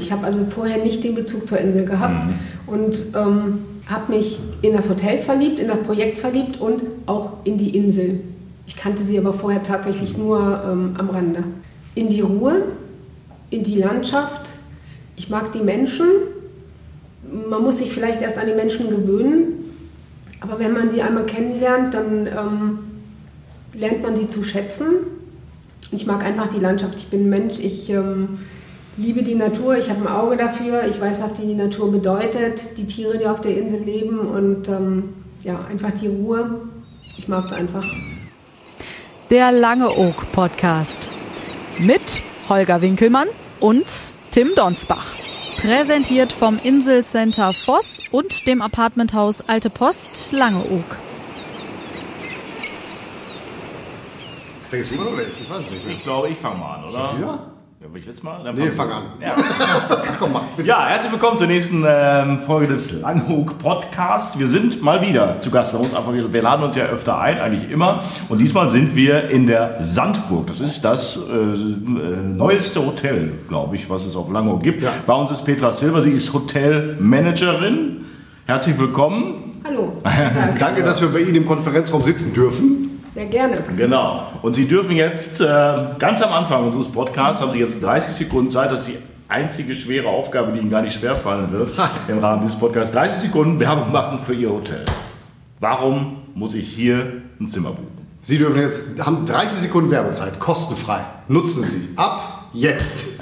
Ich habe also vorher nicht den Bezug zur Insel gehabt und habe mich in das Hotel verliebt, in das Projekt verliebt und auch in die Insel. Ich kannte sie aber vorher tatsächlich nur am Rande. In die Ruhe, in die Landschaft. Ich mag die Menschen. Man muss sich vielleicht erst an die Menschen gewöhnen. Aber wenn man sie einmal kennenlernt, dann lernt man sie zu schätzen. Ich mag einfach die Landschaft. Ich bin ein Mensch. Ich liebe die Natur. Ich habe ein Auge dafür. Ich weiß, was die Natur bedeutet. Die Tiere, die auf der Insel leben. Und einfach die Ruhe. Ich mag es einfach. Der Langeoog Podcast mit Holger Winkelmann und Tim Donsbach. Präsentiert vom Inselcenter Voss und dem Apartmenthaus Alte Post Langeoog. Fängst du an oder ich? Ich weiß es nicht mehr. Ich glaube, ich fange mal an, oder? Schon wieder? Ja, will ich letztes Mal? Nee, fang an. Ja. Komm mal, bitte. Ja, herzlich willkommen zur nächsten Folge des Langeoog Podcasts. Wir sind mal wieder zu Gast bei uns. Wir laden uns ja öfter ein, eigentlich immer. Und diesmal sind wir in der Sandburg. Das ist das neueste Hotel, glaube ich, was es auf Langeoog gibt. Ja. Bei uns ist Petra Silber, sie ist Hotelmanagerin. Herzlich willkommen. Hallo. Danke, dass wir bei Ihnen im Konferenzraum sitzen dürfen. Sehr gerne. Genau. Und Sie dürfen jetzt ganz am Anfang unseres Podcasts, haben Sie jetzt 30 Sekunden Zeit, das ist die einzige schwere Aufgabe, die Ihnen gar nicht schwerfallen wird im Rahmen dieses Podcasts. 30 Sekunden Werbung machen für Ihr Hotel. Warum muss ich hier ein Zimmer buchen? Sie haben 30 Sekunden Werbezeit, kostenfrei. Nutzen Sie. Ab jetzt.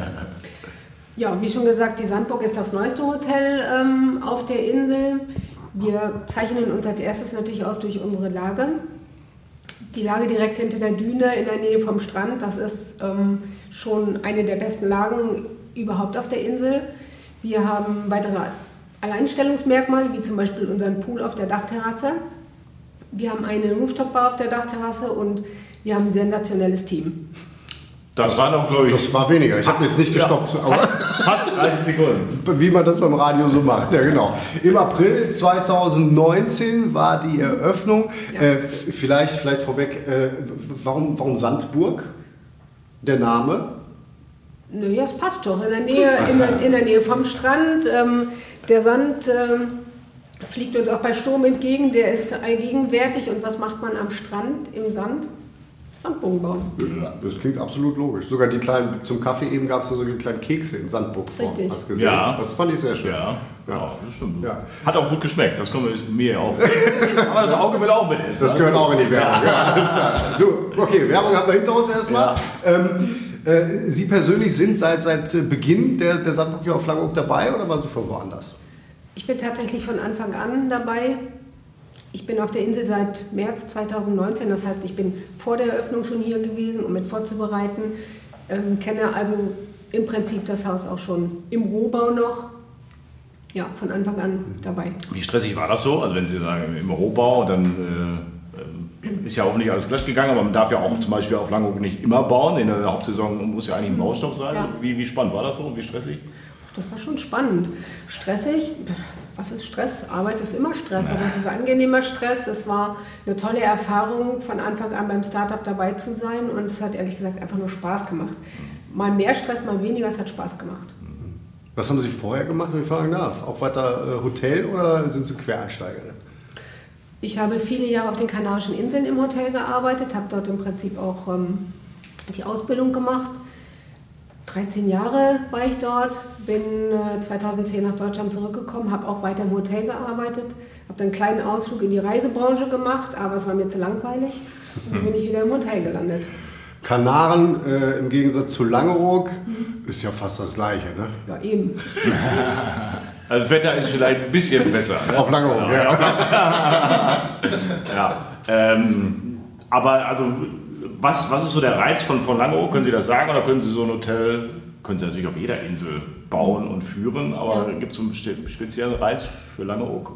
Ja, wie schon gesagt, die Sandburg ist das neueste Hotel auf der Insel. Wir zeichnen uns als erstes natürlich aus durch unsere Lage. Die Lage direkt hinter der Düne in der Nähe vom Strand, das ist schon eine der besten Lagen überhaupt auf der Insel. Wir haben weitere Alleinstellungsmerkmale, wie zum Beispiel unseren Pool auf der Dachterrasse. Wir haben eine Rooftop-Bar auf der Dachterrasse und wir haben ein sensationelles Team. Das war noch, glaube ich... Das war weniger, ich habe jetzt nicht gestoppt. Ja, fast 30 Sekunden. Wie man das beim Radio so macht, ja genau. Im April 2019 war die Eröffnung. Ja. Vielleicht vorweg, warum Sandburg? Der Name? Naja, es passt doch. In der Nähe vom Strand. Der Sand fliegt uns auch bei Sturm entgegen. Der ist allgegenwärtig. Und was macht man am Strand im Sand? Sandburgen bauen. Ja, das klingt absolut logisch. Sogar die kleinen, zum Kaffee eben gab es so die kleinen Kekse in Sandburgform. Richtig. Hast gesehen? Ja. Das fand ich sehr schön. Ja, das stimmt. Ja. Hat auch gut geschmeckt, das kommt mir auch. Aber das Auge will auch mit essen. Das gehört auch in die Werbung. Ja, alles klar. Du, okay, Werbung haben wir hinter uns erstmal. Ja. Sie persönlich sind seit Beginn der Sandburg hier auf Langeoog dabei oder waren Sie vorher woanders? Ich bin tatsächlich von Anfang an dabei. Ich bin auf der Insel seit März 2019, das heißt, ich bin vor der Eröffnung schon hier gewesen, um mit vorzubereiten. Kenne also im Prinzip das Haus auch schon im Rohbau noch. Ja, von Anfang an dabei. Wie stressig war das so? Also wenn Sie sagen, im Rohbau, dann ist ja hoffentlich alles glatt gegangen, aber man darf ja auch zum Beispiel auf Langeoog nicht immer bauen. In der Hauptsaison muss ja eigentlich ein Baustopp sein. Ja. Wie spannend war das so und wie stressig? Das war schon spannend. Stressig? Was ist Stress? Arbeit ist immer Stress, aber es ist angenehmer Stress. Es war eine tolle Erfahrung, von Anfang an beim Startup dabei zu sein und es hat ehrlich gesagt einfach nur Spaß gemacht. Mal mehr Stress, mal weniger, es hat Spaß gemacht. Was haben Sie vorher gemacht, wenn ich fragen darf? Auch weiter Hotel oder sind Sie Quereinsteigerin? Ich habe viele Jahre auf den Kanarischen Inseln im Hotel gearbeitet, habe dort im Prinzip auch die Ausbildung gemacht. 13 Jahre war ich dort, bin 2010 nach Deutschland zurückgekommen, habe auch weiter im Hotel gearbeitet, habe dann einen kleinen Ausflug in die Reisebranche gemacht, aber es war mir zu langweilig und so bin ich wieder im Hotel gelandet. Kanaren im Gegensatz zu Langeoog ist ja fast das Gleiche, ne? Ja, eben. Also das Wetter ist vielleicht ein bisschen besser. Ne? Auf Langeoog, ja. Ja. Aber also... Was ist so der Reiz von Langeoog? Können Sie das sagen? Oder können Sie so ein Hotel, können Sie natürlich auf jeder Insel bauen und führen, aber gibt es einen speziellen Reiz für Langeoog?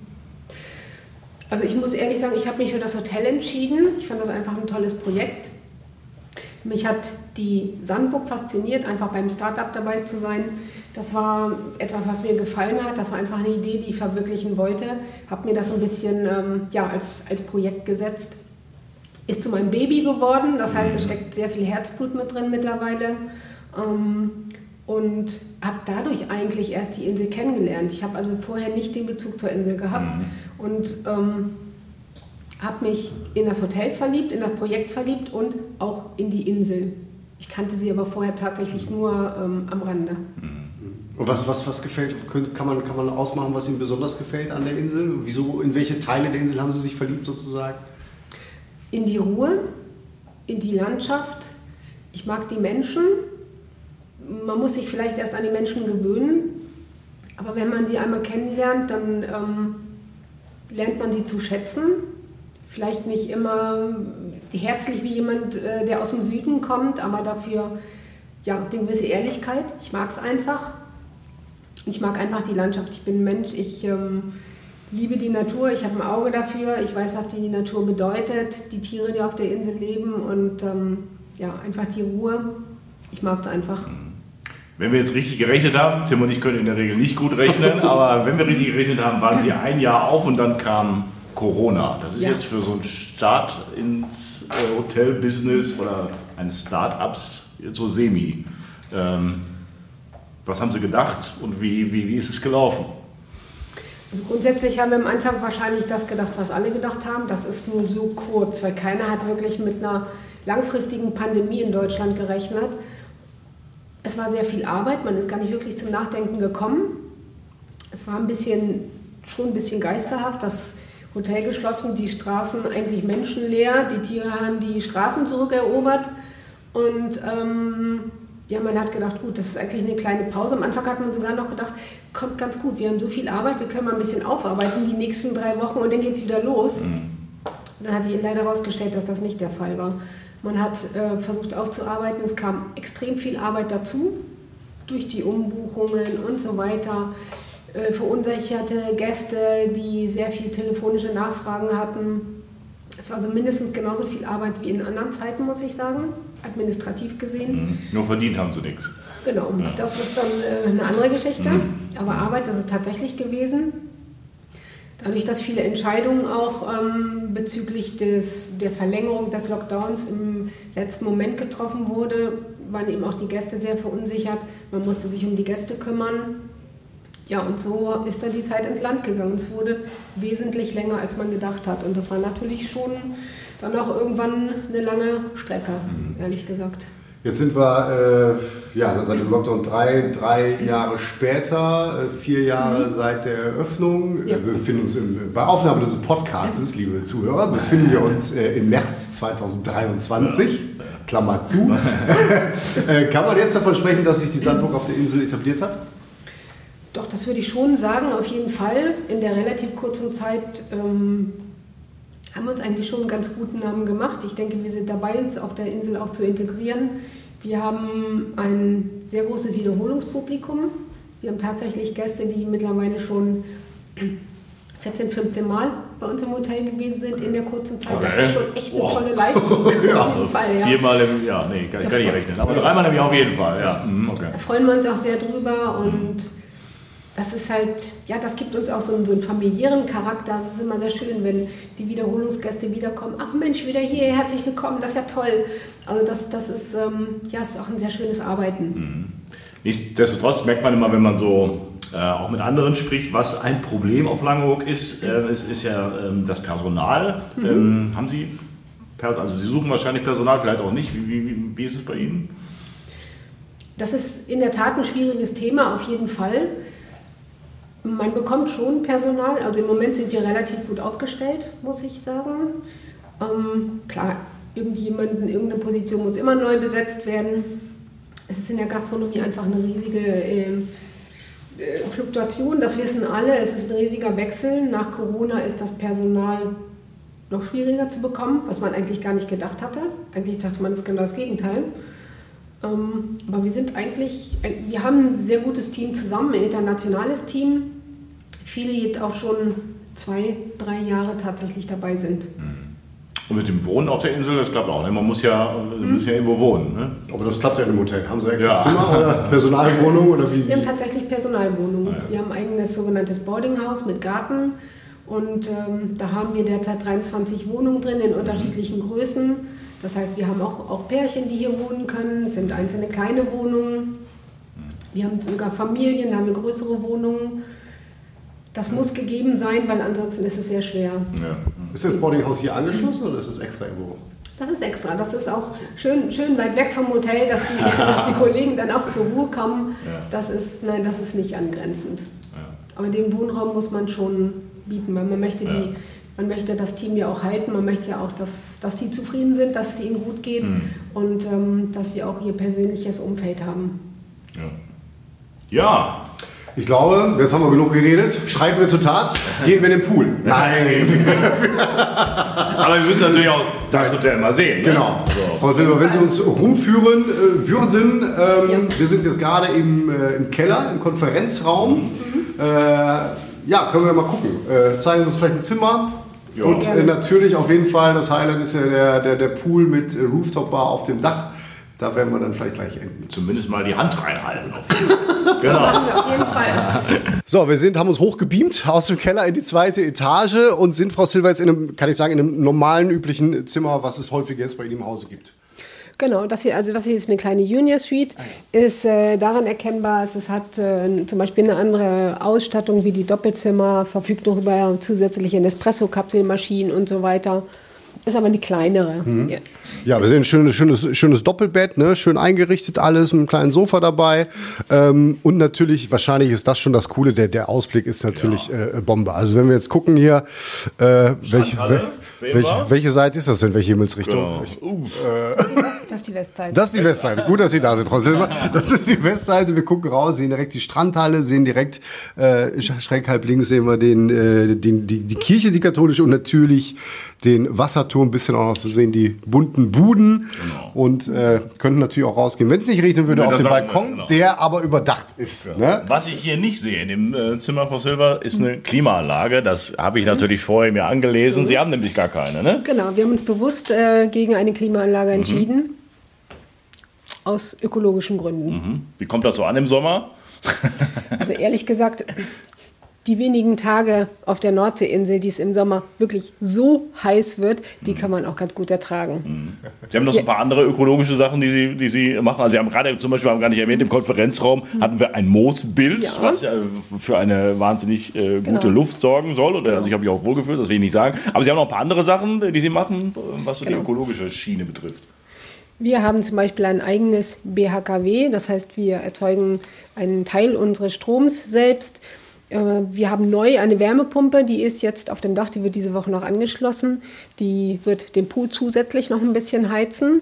Also ich muss ehrlich sagen, ich habe mich für das Hotel entschieden. Ich fand das einfach ein tolles Projekt. Mich hat die Sandburg fasziniert, einfach beim Startup dabei zu sein. Das war etwas, was mir gefallen hat. Das war einfach eine Idee, die ich verwirklichen wollte. Habe mir das ein bisschen als Projekt gesetzt. Ist zu meinem Baby geworden, das heißt, es steckt sehr viel Herzblut mit drin mittlerweile. und habe dadurch eigentlich erst die Insel kennengelernt. Ich habe also vorher nicht den Bezug zur Insel gehabt und habe mich in das Hotel verliebt, in das Projekt verliebt und auch in die Insel. Ich kannte sie aber vorher tatsächlich nur am Rande. Und was gefällt, kann man ausmachen, was Ihnen besonders gefällt an der Insel? Wieso, in welche Teile der Insel haben Sie sich verliebt sozusagen? In die Ruhe, in die Landschaft. Ich mag die Menschen. Man muss sich vielleicht erst an die Menschen gewöhnen. Aber wenn man sie einmal kennenlernt, dann lernt man sie zu schätzen. Vielleicht nicht immer herzlich wie jemand, der aus dem Süden kommt, aber dafür eine gewisse Ehrlichkeit. Ich mag es einfach. Ich mag einfach die Landschaft. Ich bin ein Mensch, ich liebe die Natur, ich habe ein Auge dafür, ich weiß, was die Natur bedeutet, die Tiere, die auf der Insel leben und einfach die Ruhe. Ich mag es einfach. Wenn wir jetzt richtig gerechnet haben, Tim und ich können in der Regel nicht gut rechnen, aber wenn wir richtig gerechnet haben, waren Sie ein Jahr auf und dann kam Corona. Das ist jetzt für so einen Start ins Hotelbusiness oder eines Start-ups jetzt so semi. Was haben Sie gedacht und wie ist es gelaufen? Also grundsätzlich haben wir am Anfang wahrscheinlich das gedacht, was alle gedacht haben. Das ist nur so kurz, weil keiner hat wirklich mit einer langfristigen Pandemie in Deutschland gerechnet. Es war sehr viel Arbeit, man ist gar nicht wirklich zum Nachdenken gekommen. Es war schon ein bisschen geisterhaft, das Hotel geschlossen, die Straßen eigentlich menschenleer, die Tiere haben die Straßen zurückerobert und man hat gedacht, gut, das ist eigentlich eine kleine Pause. Am Anfang hat man sogar noch gedacht, kommt ganz gut, wir haben so viel Arbeit, wir können mal ein bisschen aufarbeiten die nächsten 3 Wochen und dann geht es wieder los. Und dann hat sich leider herausgestellt, dass das nicht der Fall war. Man hat versucht aufzuarbeiten, es kam extrem viel Arbeit dazu, durch die Umbuchungen und so weiter. Verunsicherte Gäste, die sehr viel telefonische Nachfragen hatten. Es war also mindestens genauso viel Arbeit wie in anderen Zeiten, muss ich sagen, administrativ gesehen. Nur verdient haben Sie nichts. Genau, das ist dann eine andere Geschichte, aber Arbeit ist es tatsächlich gewesen. Dadurch, dass viele Entscheidungen auch bezüglich der Verlängerung des Lockdowns im letzten Moment getroffen wurde, waren eben auch die Gäste sehr verunsichert. Man musste sich um die Gäste kümmern. Ja, und so ist dann die Zeit ins Land gegangen. Es wurde wesentlich länger, als man gedacht hat. Und das war natürlich schon dann auch irgendwann eine lange Strecke, ehrlich gesagt. Jetzt sind wir seit dem Lockdown 3 Jahre später, 4 Jahre seit der Eröffnung. Ja. Wir befinden uns bei Aufnahme dieses Podcasts, liebe Zuhörer, befinden wir uns im März 2023. Klammer zu. Kann man jetzt davon sprechen, dass sich die Sandburg auf der Insel etabliert hat? Doch, das würde ich schon sagen, auf jeden Fall. In der relativ kurzen Zeit haben wir uns eigentlich schon einen ganz guten Namen gemacht. Ich denke, wir sind dabei, uns auf der Insel auch zu integrieren. Wir haben ein sehr großes Wiederholungspublikum. Wir haben tatsächlich Gäste, die mittlerweile schon 14, 15 Mal bei uns im Hotel gewesen sind in der kurzen Zeit. Das ist schon echt eine tolle Leistung. Auf jeden Fall, 4-mal im Jahr, kann ich nicht rechnen. Aber 3-mal im Jahr auf jeden Fall, ja. Okay. Da freuen wir uns auch sehr drüber und das ist halt, das gibt uns auch so einen familiären Charakter. Es ist immer sehr schön, wenn die Wiederholungsgäste wiederkommen. Ach Mensch, wieder hier, herzlich willkommen, das ist ja toll. Also das ist, ist auch ein sehr schönes Arbeiten. Nichtsdestotrotz merkt man immer, wenn man so auch mit anderen spricht, was ein Problem auf Langeoog ist. Es ist ja das Personal. Haben Sie, also Sie suchen wahrscheinlich Personal, vielleicht auch nicht. Wie ist es bei Ihnen? Das ist in der Tat ein schwieriges Thema, auf jeden Fall. Man bekommt schon Personal, also im Moment sind wir relativ gut aufgestellt, muss ich sagen. Klar, irgendeine Position muss immer neu besetzt werden. Es ist in der Gastronomie einfach eine riesige Fluktuation, das wissen alle. Es ist ein riesiger Wechsel. Nach Corona ist das Personal noch schwieriger zu bekommen, was man eigentlich gar nicht gedacht hatte. Eigentlich dachte man, es ist genau das Gegenteil. Aber wir haben ein sehr gutes Team zusammen, ein internationales Team. Viele jetzt auch schon 2, 3 Jahre tatsächlich dabei sind. Und mit dem Wohnen auf der Insel, das klappt auch. Ne? Man muss ja irgendwo wohnen. Ne? Aber das klappt ja im Hotel. Haben Sie extra Zimmer oder Personalwohnung? Oder wie? Wir haben tatsächlich Personalwohnungen. Wir haben ein eigenes sogenanntes Boardinghaus mit Garten. Und da haben wir derzeit 23 Wohnungen drin in unterschiedlichen Größen. Das heißt, wir haben auch Pärchen, die hier wohnen können. Es sind einzelne kleine Wohnungen. Wir haben sogar Familien, da haben wir größere Wohnungen. Das muss gegeben sein, weil ansonsten ist es sehr schwer. Ja. Ist das Boardinghaus hier angeschlossen oder ist es extra irgendwo? Das ist extra. Das ist auch schön weit weg vom Hotel, dass die Kollegen dann auch zur Ruhe kommen. Ja. Das ist nicht angrenzend. Ja. Aber den Wohnraum muss man schon bieten, weil man möchte das Team ja auch halten. Man möchte ja auch, dass die zufrieden sind, dass es ihnen gut geht und dass sie auch ihr persönliches Umfeld haben. Ja. Ich glaube, jetzt haben wir genug geredet. Schreiten wir zur Tat, gehen wir in den Pool. Nein. Aber wir müssen natürlich auch das Hotel mal sehen. Ne? Genau. So. Frau Silber, wenn Sie uns rumführen würden, wir sind jetzt gerade im Keller, im Konferenzraum. Können wir mal gucken. Zeigen Sie uns vielleicht ein Zimmer. Ja. Und natürlich auf jeden Fall, das Highlight ist ja der Pool mit Rooftop-Bar auf dem Dach. Da werden wir dann vielleicht gleich enden. Zumindest mal die Hand reinhalten. Genau. Auf jeden Fall. So, haben uns hochgebeamt aus dem Keller in die 2. Etage und sind, Frau Silber, jetzt in einem normalen, üblichen Zimmer, was es häufig jetzt bei Ihnen im Hause gibt. Genau, das hier ist eine kleine Junior Suite, ist daran erkennbar, es hat zum Beispiel eine andere Ausstattung wie die Doppelzimmer, verfügt noch über zusätzliche Nespresso-Kapselmaschinen und so weiter. Ist aber die kleinere. Ja, wir sehen ein schönes Doppelbett, ne? Schön eingerichtet alles, mit einem kleinen Sofa dabei. Und natürlich, wahrscheinlich ist das schon das Coole, der Ausblick ist natürlich Bombe. Also wenn wir jetzt gucken hier, welche Seite ist das denn? Welche Himmelsrichtung? Genau. Das ist die Westseite. Das ist die Westseite. Gut, dass Sie da sind, Frau Silber. Das ist die Westseite. Wir gucken raus, sehen direkt die Strandhalle, sehen direkt schräg halb links sehen wir die Kirche, die katholische, und natürlich den Wasserturm, ein bisschen auch noch zu sehen, die bunten Buden. Genau. Und könnten natürlich auch rausgehen, wenn es nicht regnen würde, auf den Balkon, der aber überdacht ist. Ja. Ne? Was ich hier nicht sehe in dem Zimmer, Frau Silber, ist eine Klimaanlage. Das habe ich natürlich vorher mir angelesen. Sie haben nämlich gar keine, ne? Genau, wir haben uns bewusst gegen eine Klimaanlage entschieden. Aus ökologischen Gründen. Wie kommt das so an im Sommer? Also ehrlich gesagt, die wenigen Tage auf der Nordseeinsel, die es im Sommer wirklich so heiß wird, die kann man auch ganz gut ertragen. Sie haben noch so ein paar andere ökologische Sachen, die Sie machen. Also Sie haben gerade zum Beispiel, gar nicht erwähnt, im Konferenzraum hatten wir ein Moosbild, was ja für eine wahnsinnig gute Luft sorgen soll. Oder also ich habe mich auch wohlgefühlt, das will ich nicht sagen. Aber Sie haben noch ein paar andere Sachen, die Sie machen, was so die ökologische Schiene betrifft. Wir haben zum Beispiel ein eigenes BHKW, das heißt, wir erzeugen einen Teil unseres Stroms selbst. Wir haben neu eine Wärmepumpe, die ist jetzt auf dem Dach, die wird diese Woche noch angeschlossen. Die wird den Pool zusätzlich noch ein bisschen heizen.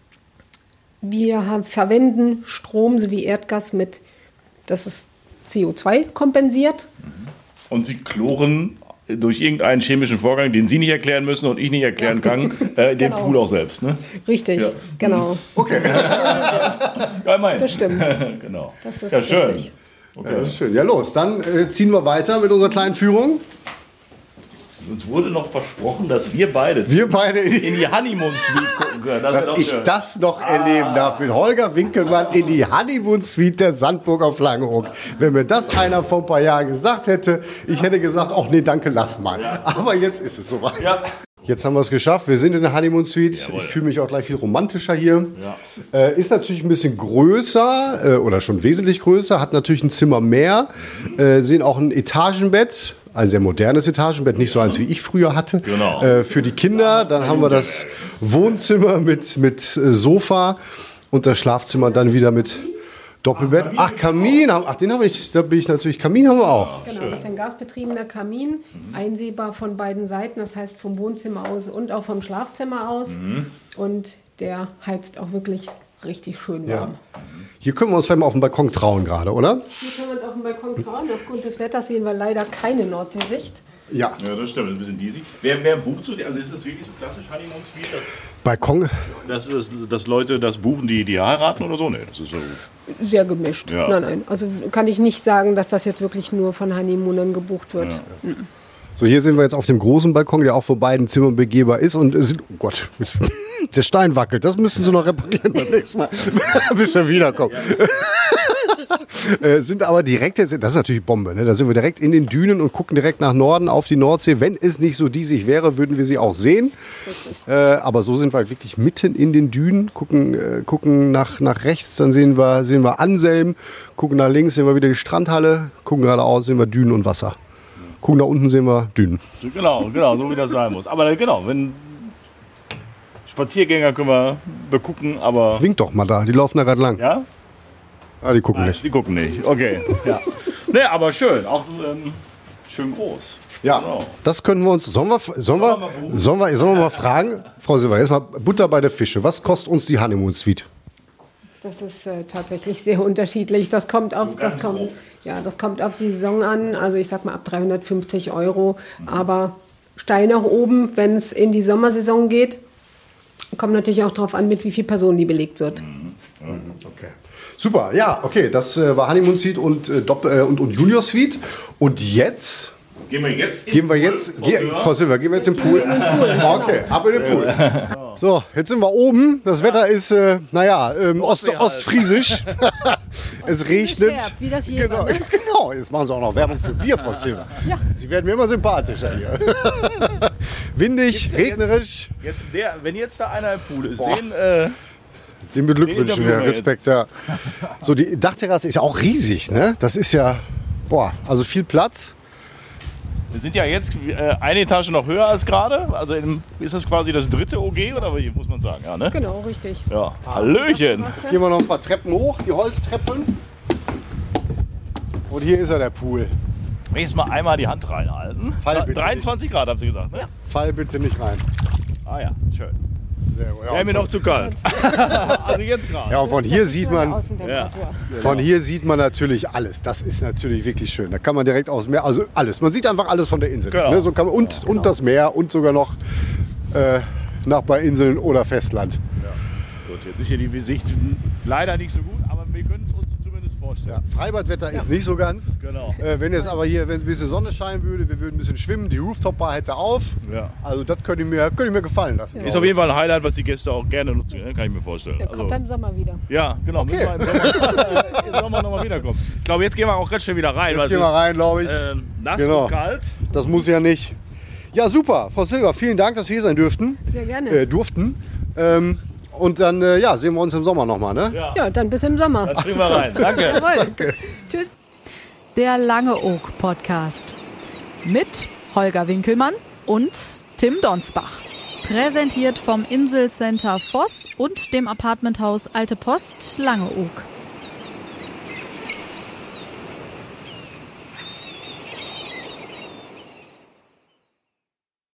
Wir verwenden Strom sowie Erdgas das ist CO2 kompensiert. Und Sie chloren durch irgendeinen chemischen Vorgang, den Sie nicht erklären müssen und ich nicht erklären kann, den Pool auch selbst, ne? Richtig, genau. Okay. Ja, ich meine. Das stimmt. Genau. Das ist schön. richtig. Okay. Ja, das ist schön. Ja, los. Dann ziehen wir weiter mit unserer kleinen Führung. Uns wurde noch versprochen, dass wir beide in die Honeymoon Suite gucken können. Dass ich das noch erleben darf mit Holger Winkelmann in die Honeymoon Suite der Sandburg auf Langeoog. Wenn mir das einer vor ein paar Jahren gesagt hätte, ich hätte gesagt, ach nee, danke, lass mal. Ja. Aber jetzt ist es soweit. Ja. Jetzt haben wir es geschafft. Wir sind in der Honeymoon Suite. Jawohl. Ich fühle mich auch gleich viel romantischer hier. Ja. Ist natürlich ein bisschen größer oder schon wesentlich größer. Hat natürlich ein Zimmer mehr. Sehen auch ein Etagenbett. Ein sehr modernes Etagenbett, nicht so eins wie ich früher hatte. Genau. Für die Kinder. Dann haben wir das Wohnzimmer mit Sofa und das Schlafzimmer dann wieder mit Doppelbett. Kamin. Den habe ich. Da bin ich natürlich. Kamin haben wir auch. Genau, das ist ein gasbetriebener Kamin, einsehbar von beiden Seiten. Das heißt vom Wohnzimmer aus und auch vom Schlafzimmer aus. Und der heizt auch wirklich richtig schön warm. Ja. Hier können wir uns vielleicht mal auf dem Balkon trauen gerade, oder? Hier können wir uns auf dem Balkon trauen. Aufgrund des Wetters sehen wir leider keine Nordseesicht. Ja, das stimmt, das ist ein bisschen diesig. Wer bucht so? Also ist das wirklich so klassisch Honeymoon Suite? Balkon? Dass Leute das buchen, die heiraten oder so? Nee, das ist so. Sehr gemischt. Ja. Nein. Also kann ich nicht sagen, dass das jetzt wirklich nur von Honeymoonern gebucht wird. Ja. So, hier sind wir jetzt auf dem großen Balkon, der auch vor beiden Zimmern begehbar ist. Und oh Gott, der Stein wackelt. Das müssen Sie noch reparieren beim nächsten Mal, bis wir wiederkommen. Sind aber direkt jetzt, das ist natürlich Bombe, ne? Da sind wir direkt in den Dünen und gucken direkt nach Norden auf die Nordsee. Wenn es nicht so diesig wäre, würden wir sie auch sehen. Aber so sind wir halt wirklich mitten in den Dünen, gucken nach rechts, dann sehen wir Anselm, gucken nach links, sehen wir wieder die Strandhalle, gucken geradeaus, sehen wir Dünen und Wasser. Gucken nach unten, sehen wir Dünen. Genau, so wie das sein muss. Aber genau, wenn Spaziergänger können wir begucken, aber... Wink doch mal da, die laufen da gerade lang. Ja? Ah, die gucken Nein, nicht. die gucken nicht, okay. Ja. Nee, aber schön, auch schön groß. Ja, Genau. das können wir uns. Sollen wir mal fragen? Frau Silber, jetzt mal Butter bei der Fische. Was kostet uns die Honeymoon Suite? Das ist tatsächlich sehr unterschiedlich. Das kommt auf die Saison an. Also ich sag mal ab 350 €. Aber steil nach oben, wenn es in die Sommersaison geht. Kommt natürlich auch darauf an, mit wie viel Personen die belegt wird. Okay. Super, ja, okay. Das war Honeymoon Suite und Junior Suite. Und jetzt... Frau Silber, gehen wir jetzt in den Pool? Okay, ab in den Pool. So, jetzt sind wir oben. Das Wetter ist, ostfriesisch. Es regnet. Wie das hier Genau, war, ne? genau, jetzt machen Sie auch noch Werbung für Bier, Frau Silber. Ja. Sie werden mir immer sympathischer hier. Windig, regnerisch. Wenn jetzt da einer im Pool ist, Den beglückwünschen wir, Respekt, ja. So, die Dachterrasse ist ja auch riesig, ne? Das ist ja, also viel Platz. wir sind ja jetzt eine Etage noch höher als gerade. Also ist das quasi das dritte OG oder wie muss man sagen? Ja, ne? Genau, richtig. Ja. Hallöchen. Jetzt gehen wir noch ein paar Treppen hoch, die Holztreppen. Und hier ist der Pool. Jetzt mal einmal die Hand reinhalten. Fall bitte 23 Grad, haben Sie gesagt, ne? Ja. Fall bitte nicht rein. Ah ja, schön. Sehr gut. Wäre mir noch zu kalt. Also jetzt gerade. Ja, und von hier sieht man, Außentemperatur. natürlich alles. Das ist natürlich wirklich schön. Da kann man direkt aus dem Meer, also alles. Man sieht einfach alles von der Insel. Genau. Ne, so kann man, und das Meer und sogar noch Nachbarinseln oder Festland. Gut, jetzt ist hier die Sicht leider nicht so gut, aber wir können es uns zumindest vorstellen. Ja, Freibadwetter ist nicht so ganz. Genau. Wenn jetzt aber hier, wenn ein bisschen Sonne scheinen würde, wir würden ein bisschen schwimmen, die Rooftop-Bar hätte auf. Ja. Also das könnte ich mir gefallen lassen. Ist auf jeden Fall ein Highlight, was die Gäste auch gerne nutzen, ne? Kann ich mir vorstellen. Der kommt im Sommer wieder. Ja, genau. Okay. Müssen wir im Sommer nochmal wiederkommen. Ich glaube, jetzt gehen wir auch ganz schnell wieder rein. Jetzt weil gehen es wir ist, rein, glaube ich. Nass Genau. und kalt. Das muss ja nicht. Ja, super. Frau Silber, vielen Dank, dass wir hier sein dürften. Sehr gerne. Durften. Und dann sehen wir uns im Sommer nochmal, ne? Ja, dann bis im Sommer. Dann springen wir rein. Danke. Jawohl. Tschüss. Der Lange Oak Podcast mit Holger Winkelmann und Tim Donsbach. Präsentiert vom Inselcenter Voss und dem Apartmenthaus Alte Post Lange Oak.